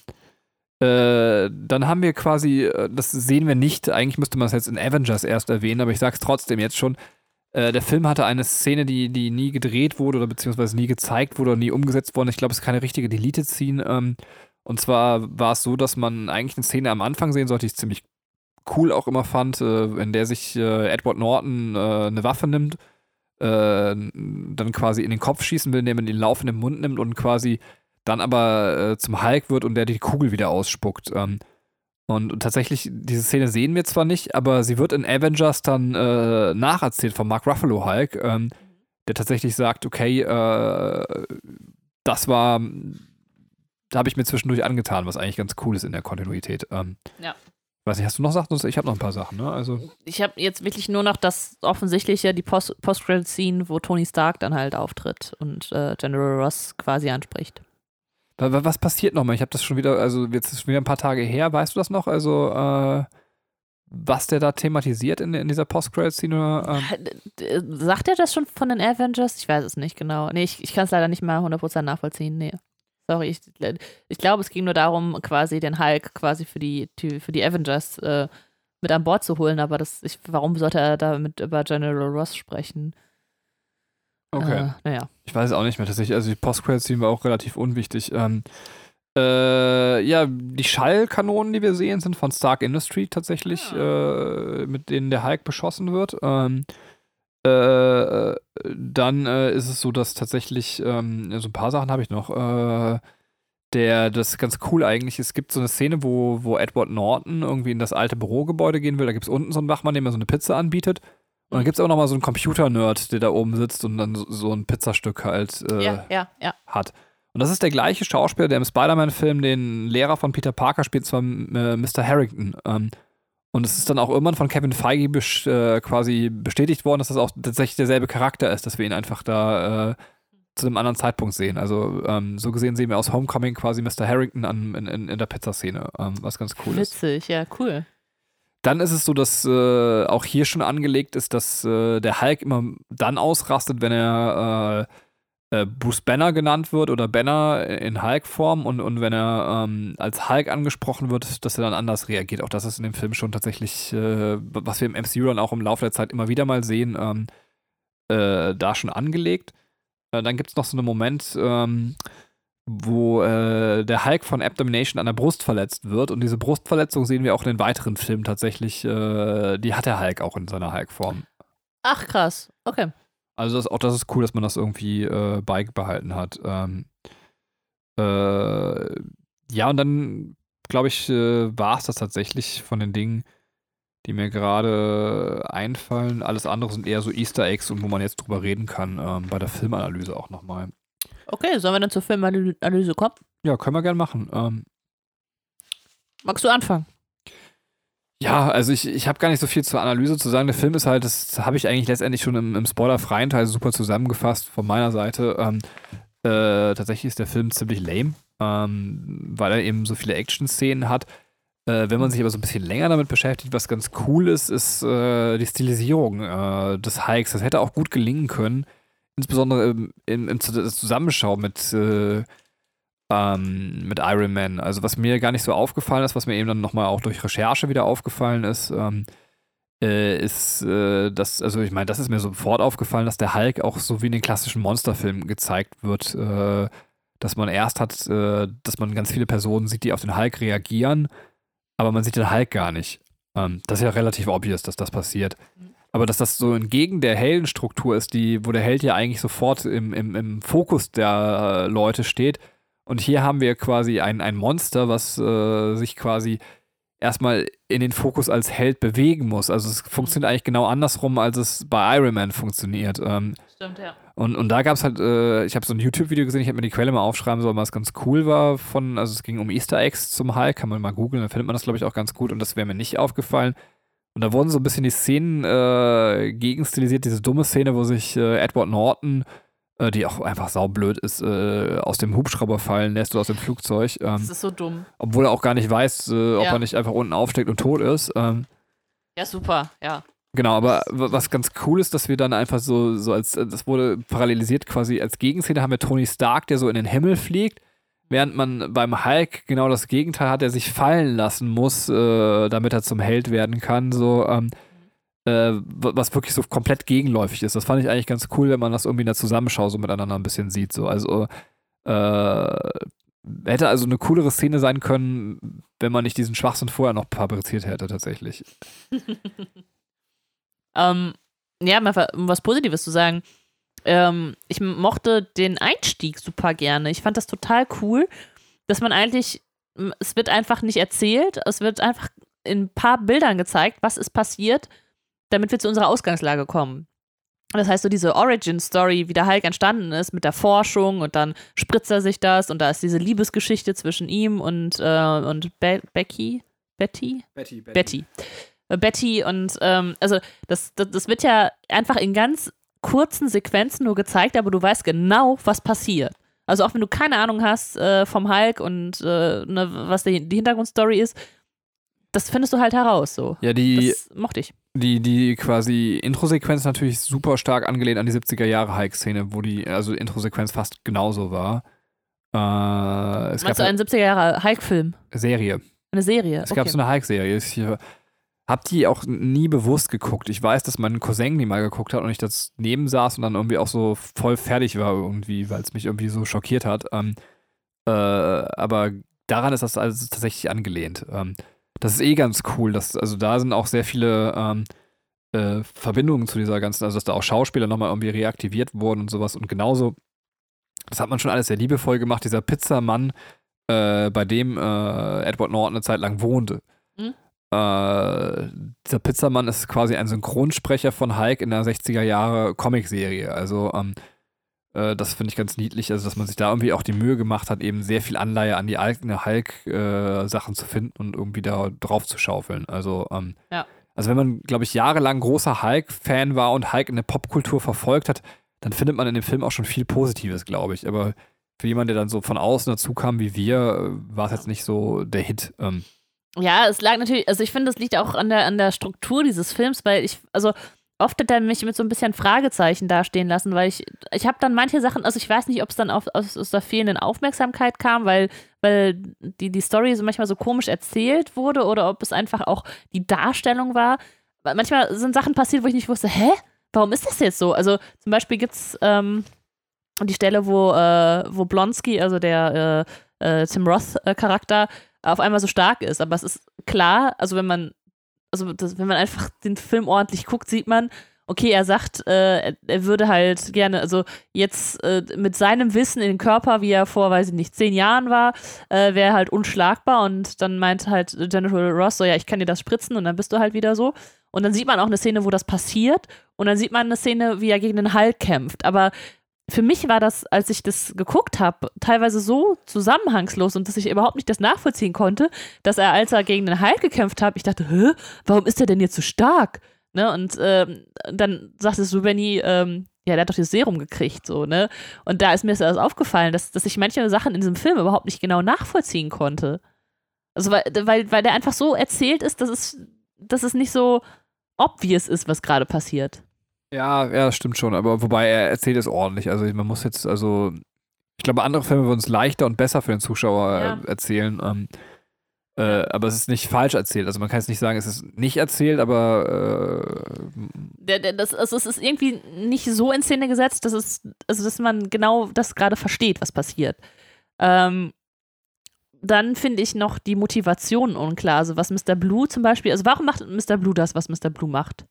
Dann haben wir quasi, das sehen wir nicht, eigentlich müsste man es jetzt in Avengers erst erwähnen, aber ich sag's trotzdem jetzt schon, der Film hatte eine Szene, die nie gedreht wurde oder beziehungsweise nie gezeigt wurde oder nie umgesetzt wurde. Ich glaube, es ist keine richtige Deleted-Scene. Und zwar war es so, dass man eigentlich eine Szene am Anfang sehen sollte, die ich ziemlich cool auch immer fand, in der sich Edward Norton eine Waffe nimmt, dann quasi in den Kopf schießen will, indem man den laufenden Mund nimmt und quasi dann aber zum Hulk wird und der die Kugel wieder ausspuckt. Und tatsächlich, diese Szene sehen wir zwar nicht, aber sie wird in Avengers dann nacherzählt von Mark Ruffalo Hulk, der tatsächlich sagt, okay, das war, da habe ich mir zwischendurch angetan, was eigentlich ganz cool ist in der Kontinuität. Ja. Weiß nicht, hast du noch Sachen? Ich habe noch ein paar Sachen, ne? Also Ich habe jetzt wirklich nur noch das Offensichtliche, die Post-Credit-Scene, wo Tony Stark dann halt auftritt und General Ross quasi anspricht. Was passiert nochmal? Ich habe das schon wieder, also jetzt ist es wieder ein paar Tage her, weißt du das noch? Also, was der da thematisiert in dieser Post-Credit-Scene? Sagt er das schon von den Avengers? Ich weiß es nicht genau. Nee, ich kann es leider nicht mal 100% nachvollziehen. Nee. Sorry, ich glaube, es ging nur darum, quasi den Hulk quasi für die Avengers mit an Bord zu holen, aber warum sollte er damit über General Ross sprechen? Okay. Naja. Ich weiß es auch nicht mehr tatsächlich. Also die Post-Credit-Scene war auch relativ unwichtig. Ja, die Schallkanonen, die wir sehen, sind von Stark Industry tatsächlich, mit denen der Hulk beschossen wird. Dann ist es so, dass tatsächlich, so ein paar Sachen habe ich noch. Das ist ganz cool eigentlich. Es gibt so eine Szene, wo Edward Norton irgendwie in das alte Bürogebäude gehen will. Da gibt es unten so einen Wachmann, dem er so eine Pizza anbietet. Und dann gibt es auch nochmal so einen Computer-Nerd, der da oben sitzt und dann so ein Pizzastück halt hat. Und das ist der gleiche Schauspieler, der im Spider-Man-Film den Lehrer von Peter Parker spielt, zwar Mr. Harrington. Und es ist dann auch irgendwann von Kevin Feige quasi bestätigt worden, dass das auch tatsächlich derselbe Charakter ist, dass wir ihn einfach da zu einem anderen Zeitpunkt sehen. Also so gesehen sehen wir aus Homecoming quasi Mr. Harrington in der Pizzaszene, was ganz cool ist. Witzig, ja, cool. Dann ist es so, dass auch hier schon angelegt ist, dass der Hulk immer dann ausrastet, wenn er Bruce Banner genannt wird oder Banner in Hulk-Form und wenn er als Hulk angesprochen wird, dass er dann anders reagiert. Auch das ist in dem Film schon tatsächlich, was wir im MCU dann auch im Laufe der Zeit immer wieder mal sehen, da schon angelegt. Dann gibt es noch so einen Moment, wo der Hulk von Abdomination an der Brust verletzt wird. Und diese Brustverletzung sehen wir auch in den weiteren Filmen tatsächlich. Die hat der Hulk auch in seiner Hulk-Form. Ach, krass. Okay. Also das ist cool, dass man das irgendwie beibehalten hat. Ja, und dann, glaube ich, war es das tatsächlich von den Dingen, die mir gerade einfallen. Alles andere sind eher so Easter Eggs und wo man jetzt drüber reden kann, bei der Filmanalyse auch nochmal. Okay, sollen wir dann zur Filmanalyse kommen? Ja, können wir gerne machen. Magst du anfangen? Ja, also ich habe gar nicht so viel zur Analyse zu sagen. Der Film ist halt, das habe ich eigentlich letztendlich schon im spoilerfreien Teil super zusammengefasst von meiner Seite. Tatsächlich ist der Film ziemlich lame, weil er eben so viele Action-Szenen hat. Wenn man sich aber so ein bisschen länger damit beschäftigt, was ganz cool ist, ist die Stilisierung des Hikes. Das hätte auch gut gelingen können, insbesondere im Zusammenschau mit Iron Man. Also was mir gar nicht so aufgefallen ist, was mir eben dann nochmal auch durch Recherche wieder aufgefallen ist, dass, also ich meine, das ist mir sofort aufgefallen, dass der Hulk auch so wie in den klassischen Monsterfilmen gezeigt wird, dass man erst hat, dass man ganz viele Personen sieht, die auf den Hulk reagieren, aber man sieht den Hulk gar nicht. Das ist ja relativ obvious, dass das passiert. Aber dass das so entgegen der Heldenstruktur ist, wo der Held ja eigentlich sofort im Fokus der Leute steht. Und hier haben wir quasi ein Monster, was sich quasi erstmal in den Fokus als Held bewegen muss. Also es funktioniert eigentlich genau andersrum, als es bei Iron Man funktioniert. Stimmt, ja. Und da gab es halt, ich habe so ein YouTube-Video gesehen, ich habe mir die Quelle mal aufschreiben sollen, was ganz cool war also es ging um Easter Eggs zum Hulk, kann man mal googeln, dann findet man das, glaube ich, auch ganz gut und das wäre mir nicht aufgefallen. Und da wurden so ein bisschen die Szenen gegenstilisiert, diese dumme Szene, wo sich Edward Norton, die auch einfach saublöd ist, aus dem Hubschrauber fallen lässt oder aus dem Flugzeug. Das ist so dumm. Obwohl er auch gar nicht weiß, ob er nicht einfach unten aufsteckt und tot ist. Ja, super, ja. Genau, aber was ganz cool ist, dass wir dann einfach so als, das wurde parallelisiert quasi als Gegenszene, haben wir Tony Stark, der so in den Himmel fliegt, während man beim Hulk genau das Gegenteil hat, der sich fallen lassen muss, damit er zum Held werden kann, so, was wirklich so komplett gegenläufig ist. Das fand ich eigentlich ganz cool, wenn man das irgendwie in der Zusammenschau so miteinander ein bisschen sieht, so, also, hätte also eine coolere Szene sein können, wenn man nicht diesen Schwachsinn vorher noch fabriziert hätte, tatsächlich. Ja, mal um was Positives zu sagen. Ich mochte den Einstieg super gerne. Ich fand das total cool, dass man eigentlich, es wird einfach nicht erzählt, es wird einfach in ein paar Bildern gezeigt, was ist passiert, damit wir zu unserer Ausgangslage kommen. Das heißt, so diese Origin-Story, wie der Hulk entstanden ist mit der Forschung und dann spritzt er sich das und da ist diese Liebesgeschichte zwischen ihm und Betty und also das wird ja einfach in ganz kurzen Sequenzen nur gezeigt, aber du weißt genau, was passiert. Also auch wenn du keine Ahnung hast vom Hulk und was die Hintergrundstory ist, das findest du halt heraus so. Ja, das mochte ich. Die quasi Intro-Sequenz natürlich super stark angelehnt an die 70er-Jahre Hulk-Szene, wo die Intro-Sequenz fast genauso war. Meinst du einen 70er-Jahre Hulk-Film? Serie. Eine Serie? Es gab so eine Hulk-Serie. Ich hab die auch nie bewusst geguckt. Ich weiß, dass mein Cousin die mal geguckt hat und ich das neben saß und dann irgendwie auch so voll fertig war irgendwie, weil es mich irgendwie so schockiert hat. Aber daran ist das also tatsächlich angelehnt. Das ist eh ganz cool. Also da sind auch sehr viele Verbindungen zu dieser ganzen, also dass da auch Schauspieler nochmal irgendwie reaktiviert wurden und sowas. Und genauso, das hat man schon alles sehr liebevoll gemacht, dieser Pizzamann, bei dem Edward Norton eine Zeit lang wohnte. Dieser Pizzamann ist quasi ein Synchronsprecher von Hulk in der 60er-Jahre Comicserie. Also das finde ich ganz niedlich, also dass man sich da irgendwie auch die Mühe gemacht hat, eben sehr viel Anleihe an die alten Hulk-Sachen zu finden und irgendwie da drauf zu schaufeln. Also, also wenn man, glaube ich, jahrelang großer Hulk-Fan war und Hulk in der Popkultur verfolgt hat, dann findet man in dem Film auch schon viel Positives, glaube ich. Aber für jemanden, der dann so von außen dazu kam wie wir, war es jetzt nicht so der Hit. Ja, es lag natürlich, also ich finde, es liegt auch an der Struktur dieses Films, weil oft hat er mich mit so ein bisschen Fragezeichen dastehen lassen, weil ich habe dann manche Sachen, also ich weiß nicht, ob es dann aus der fehlenden Aufmerksamkeit kam, weil die Story so manchmal so komisch erzählt wurde oder ob es einfach auch die Darstellung war. Weil manchmal sind Sachen passiert, wo ich nicht wusste, warum ist das jetzt so? Also zum Beispiel gibt's die Stelle, wo Blonsky, also der Tim Roth-Charakter, auf einmal so stark ist. Aber es ist klar, also wenn man einfach den Film ordentlich guckt, sieht man, okay, er sagt, er würde halt gerne, also jetzt mit seinem Wissen in den Körper, wie er vor, weiß ich nicht, 10 Jahren war, wäre er halt unschlagbar und dann meint halt Jennifer Ross so, ja, ich kann dir das spritzen und dann bist du halt wieder so. Und dann sieht man auch eine Szene, wo das passiert und dann sieht man eine Szene, wie er gegen den Hulk kämpft. Aber für mich war das, als ich das geguckt habe, teilweise so zusammenhangslos und dass ich überhaupt nicht das nachvollziehen konnte, dass als er gegen den Hulk gekämpft hat, ich dachte, warum ist er denn jetzt so stark? Ne? Und dann sagtest du, Benny, der hat doch das Serum gekriegt, so, ne? Und da ist mir das aufgefallen, dass ich manche Sachen in diesem Film überhaupt nicht genau nachvollziehen konnte. Also, weil der einfach so erzählt ist, dass es nicht so obvious ist, was gerade passiert. Ja, das stimmt schon, aber wobei er erzählt es ordentlich. Also man muss jetzt, ich glaube, andere Filme würden es leichter und besser für den Zuschauer erzählen. Aber es ist nicht falsch erzählt. Also man kann jetzt nicht sagen, es ist nicht erzählt, aber es ist irgendwie nicht so in Szene gesetzt, dass man genau das gerade versteht, was passiert. Dann finde ich noch die Motivation unklar. Also was Mr. Blue zum Beispiel, also warum macht Mr. Blue das, was Mr. Blue macht?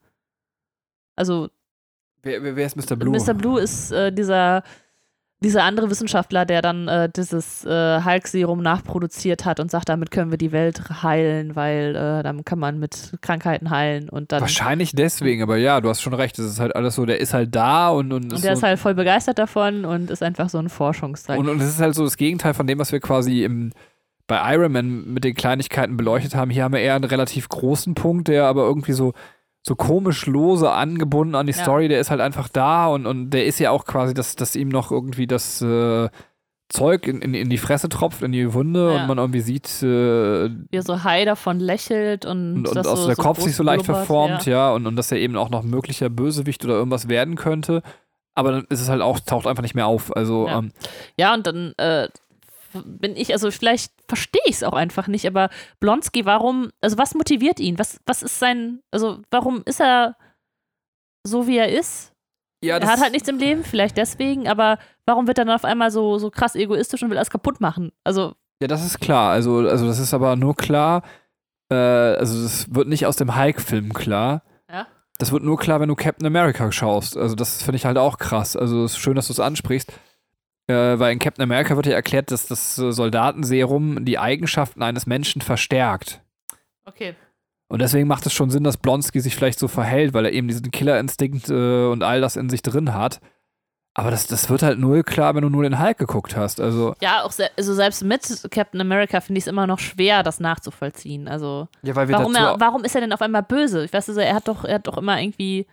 Also Wer ist Mr. Blue? Mr. Blue ist dieser andere Wissenschaftler, der dann dieses Hulk-Serum nachproduziert hat und sagt, damit können wir die Welt heilen, weil dann kann man mit Krankheiten heilen und dann. Wahrscheinlich deswegen, aber ja, du hast schon recht, es ist halt alles so, der ist halt da und der ist halt voll begeistert davon und ist einfach so ein Forschungszweig. Und es ist halt so das Gegenteil von dem, was wir quasi bei Iron Man mit den Kleinigkeiten beleuchtet haben. Hier haben wir eher einen relativ großen Punkt, der aber irgendwie so komisch lose angebunden an die Story, der ist halt einfach da und der ist ja auch quasi, dass ihm noch irgendwie das Zeug in die Fresse tropft, in die Wunde und man irgendwie sieht, wie er so high davon lächelt und aus so, der Kopf sich so leicht blubbert, verformt, und dass er eben auch noch ein möglicher Bösewicht oder irgendwas werden könnte, aber dann ist es halt auch, taucht einfach nicht mehr auf, also und dann bin ich, also vielleicht verstehe ich es auch einfach nicht, aber Blonsky, was motiviert ihn? Was ist warum ist er so, wie er ist? Ja, er hat halt nichts im Leben, vielleicht deswegen, aber warum wird er dann auf einmal so krass egoistisch und will alles kaputt machen? Also ja, das ist klar, also das ist aber nur klar, also das wird nicht aus dem Hulk-Film klar. Ja. Das wird nur klar, wenn du Captain America schaust. Also das finde ich halt auch krass. Also es ist schön, dass du es ansprichst. Weil in Captain America wird ja erklärt, dass das Soldatenserum die Eigenschaften eines Menschen verstärkt. Okay. Und deswegen macht es schon Sinn, dass Blonsky sich vielleicht so verhält, weil er eben diesen Killerinstinkt und all das in sich drin hat. Aber das wird halt null klar, wenn du nur den Hulk geguckt hast. Also ja, auch selbst mit Captain America finde ich es immer noch schwer, das nachzuvollziehen. Also ja, weil wir warum ist er denn auf einmal böse? Ich weiß, also, er hat doch immer irgendwie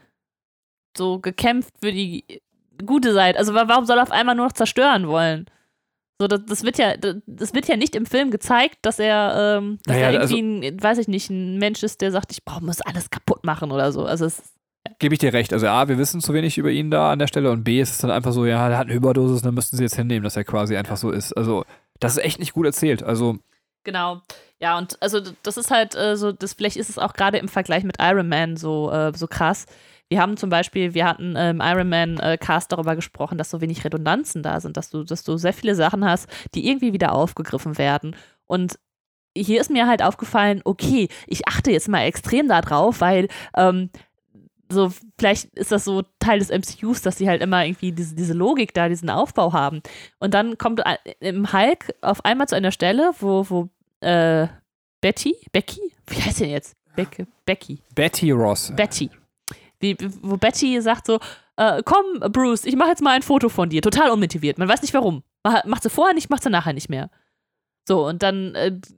so gekämpft für die gute Seite. Also warum soll er auf einmal nur noch zerstören wollen? So, das wird ja nicht im Film gezeigt, dass er irgendwie weiß ich nicht, ein Mensch ist, der sagt, muss alles kaputt machen oder so. Also gebe ich dir recht. Also A, wir wissen zu wenig über ihn da an der Stelle und B, ist es dann einfach so, ja, der hat eine Überdosis, dann müssten sie jetzt hinnehmen, dass er quasi einfach so ist. Also das ist echt nicht gut erzählt. Also genau. Ja, und also das ist halt vielleicht ist es auch gerade im Vergleich mit Iron Man so krass. Wir hatten im Iron Man Cast darüber gesprochen, dass so wenig Redundanzen da sind, dass du sehr viele Sachen hast, die irgendwie wieder aufgegriffen werden. Und hier ist mir halt aufgefallen, okay, ich achte jetzt mal extrem da drauf, weil so vielleicht ist das so Teil des MCUs, dass die halt immer irgendwie diese Logik da, diesen Aufbau haben. Und dann kommt im Hulk auf einmal zu einer Stelle, wo Becky? Wie heißt sie denn jetzt? Becky. Betty Ross. Betty. Wo Betty sagt so, komm, Bruce, ich mache jetzt mal ein Foto von dir. Total unmotiviert. Man weiß nicht warum. Macht sie vorher nicht, macht sie nachher nicht mehr. So, und dann,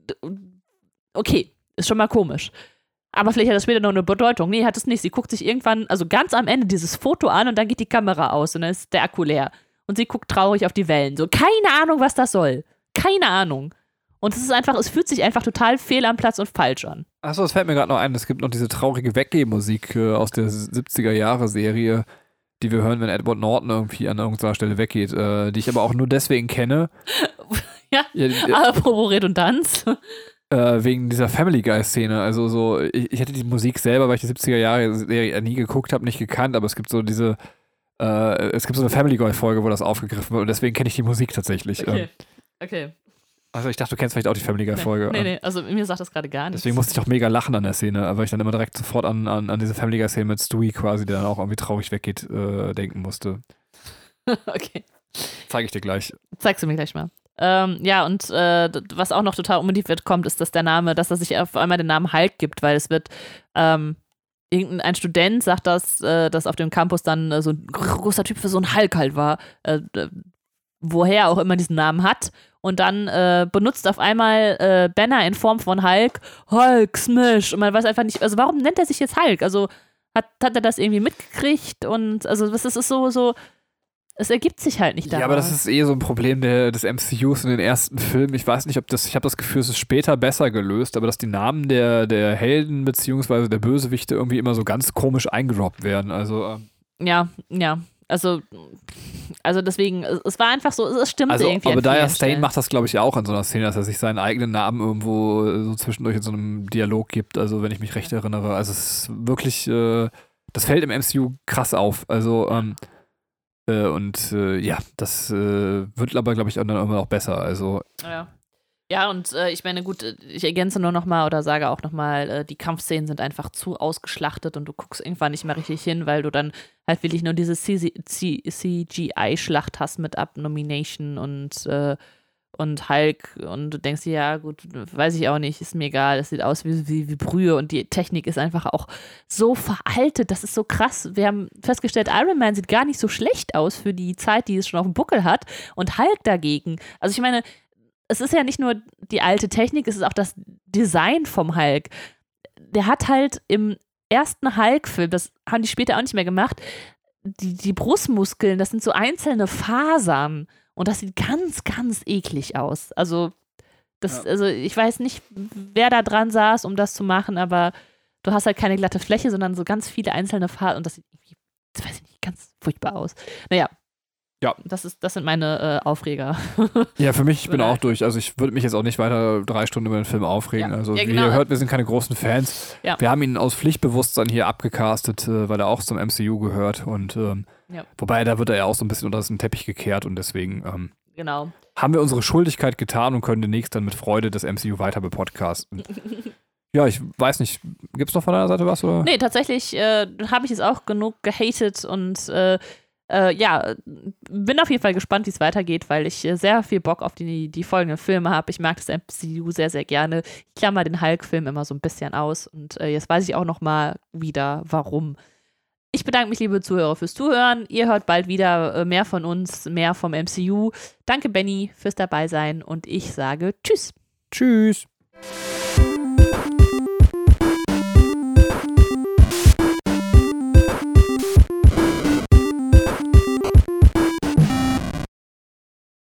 okay, ist schon mal komisch. Aber vielleicht hat das später noch eine Bedeutung. Nee, hat es nicht. Sie guckt sich irgendwann, also ganz am Ende dieses Foto an und dann geht die Kamera aus und dann ist der Akku leer. Und sie guckt traurig auf die Wellen. So, keine Ahnung, was das soll. Keine Ahnung. Und es fühlt sich einfach total fehl am Platz und falsch an. Achso, es fällt mir gerade noch ein, es gibt noch diese traurige Weggeh-Musik aus der 70er-Jahre-Serie, die wir hören, wenn Edward Norton irgendwie an irgendeiner Stelle weggeht, die ich aber auch nur deswegen kenne. Ja, apropos Redundanz. Wegen dieser Family Guy-Szene. Also so, ich hätte die Musik selber, weil ich die 70er-Jahre-Serie nie geguckt habe, nicht gekannt, aber es gibt so eine Family Guy-Folge, wo das aufgegriffen wird und deswegen kenne ich die Musik tatsächlich. Okay. Also ich dachte, du kennst vielleicht auch die Family Guy-Folge. Nee, also mir sagt das gerade gar nichts. Deswegen musste ich auch mega lachen an der Szene, weil ich dann immer direkt sofort an diese Family Guy-Szene mit Stewie quasi, der dann auch irgendwie traurig weggeht, denken musste. Okay. Zeige ich dir gleich. Zeigst du mir gleich mal. Ja, und was auch noch total unmotiviert kommt, ist, dass er sich auf einmal den Namen Hulk gibt, weil es wird irgendein Student sagt, dass auf dem Campus dann so ein großer Typ für so einen Hulk halt war, woher auch immer diesen Namen hat. Und dann benutzt auf einmal Banner in Form von Hulk Smash. Und man weiß einfach nicht, also warum nennt er sich jetzt Hulk? Also hat er das irgendwie mitgekriegt? Und also das ist so, es ergibt sich halt nicht daraus. Ja, aber das ist so ein Problem des MCUs in den ersten Filmen. Ich weiß nicht, ich habe das Gefühl, es ist später besser gelöst, aber dass die Namen der Helden bzw. der Bösewichte irgendwie immer so ganz komisch eingedroppt werden. Also Ja. Also deswegen, es war einfach so, es stimmte also, irgendwie. Aber Daya Stane macht das, glaube ich, auch in so einer Szene, dass er sich seinen eigenen Namen irgendwo so zwischendurch in so einem Dialog gibt, also wenn ich mich recht erinnere. Also es ist wirklich, das fällt im MCU krass auf. Also das wird aber, glaube ich, auch dann immer noch besser. Also Ja, und ich meine, gut, ich ergänze nur nochmal oder sage auch nochmal, die Kampfszenen sind einfach zu ausgeschlachtet und du guckst irgendwann nicht mehr richtig hin, weil du dann halt wirklich nur diese CGI-Schlacht hast mit Abomination und Hulk und du denkst dir, ja gut, weiß ich auch nicht, ist mir egal, es sieht aus wie Brühe und die Technik ist einfach auch so veraltet, das ist so krass. Wir haben festgestellt, Iron Man sieht gar nicht so schlecht aus für die Zeit, die es schon auf dem Buckel hat und Hulk dagegen. Also ich meine, es ist ja nicht nur die alte Technik, es ist auch das Design vom Hulk. Der hat halt im ersten Hulk-Film, das haben die später auch nicht mehr gemacht, die Brustmuskeln, das sind so einzelne Fasern und das sieht ganz, ganz eklig aus. Also, also ich weiß nicht, wer da dran saß, um das zu machen, aber du hast halt keine glatte Fläche, sondern so ganz viele einzelne Fasern und das sieht irgendwie, weiß ich nicht, ganz furchtbar aus. Naja. Ja. Das sind meine Aufreger. Ja, für mich, ich bin auch durch. Also ich würde mich jetzt auch nicht weiter 3 Stunden über den Film aufregen. Ja. Also Ja, wie genau. ihr hört, wir sind keine großen Fans. Ja. Wir haben ihn aus Pflichtbewusstsein hier abgecastet, weil er auch zum MCU gehört. Und wobei, da wird er ja auch so ein bisschen unter den Teppich gekehrt und deswegen Genau. haben wir unsere Schuldigkeit getan und können demnächst dann mit Freude das MCU weiter bepodcasten. Ja, ich weiß nicht, gibt's noch von deiner Seite was? Oder? Nee, tatsächlich habe ich es auch genug gehatet und bin auf jeden Fall gespannt, wie es weitergeht, weil ich sehr viel Bock auf die folgenden Filme habe. Ich mag das MCU sehr, sehr gerne. Ich klammer den Hulk-Film immer so ein bisschen aus und jetzt weiß ich auch noch mal wieder, warum. Ich bedanke mich, liebe Zuhörer, fürs Zuhören. Ihr hört bald wieder mehr von uns, mehr vom MCU. Danke, Benny, fürs Dabeisein und ich sage Tschüss. Tschüss.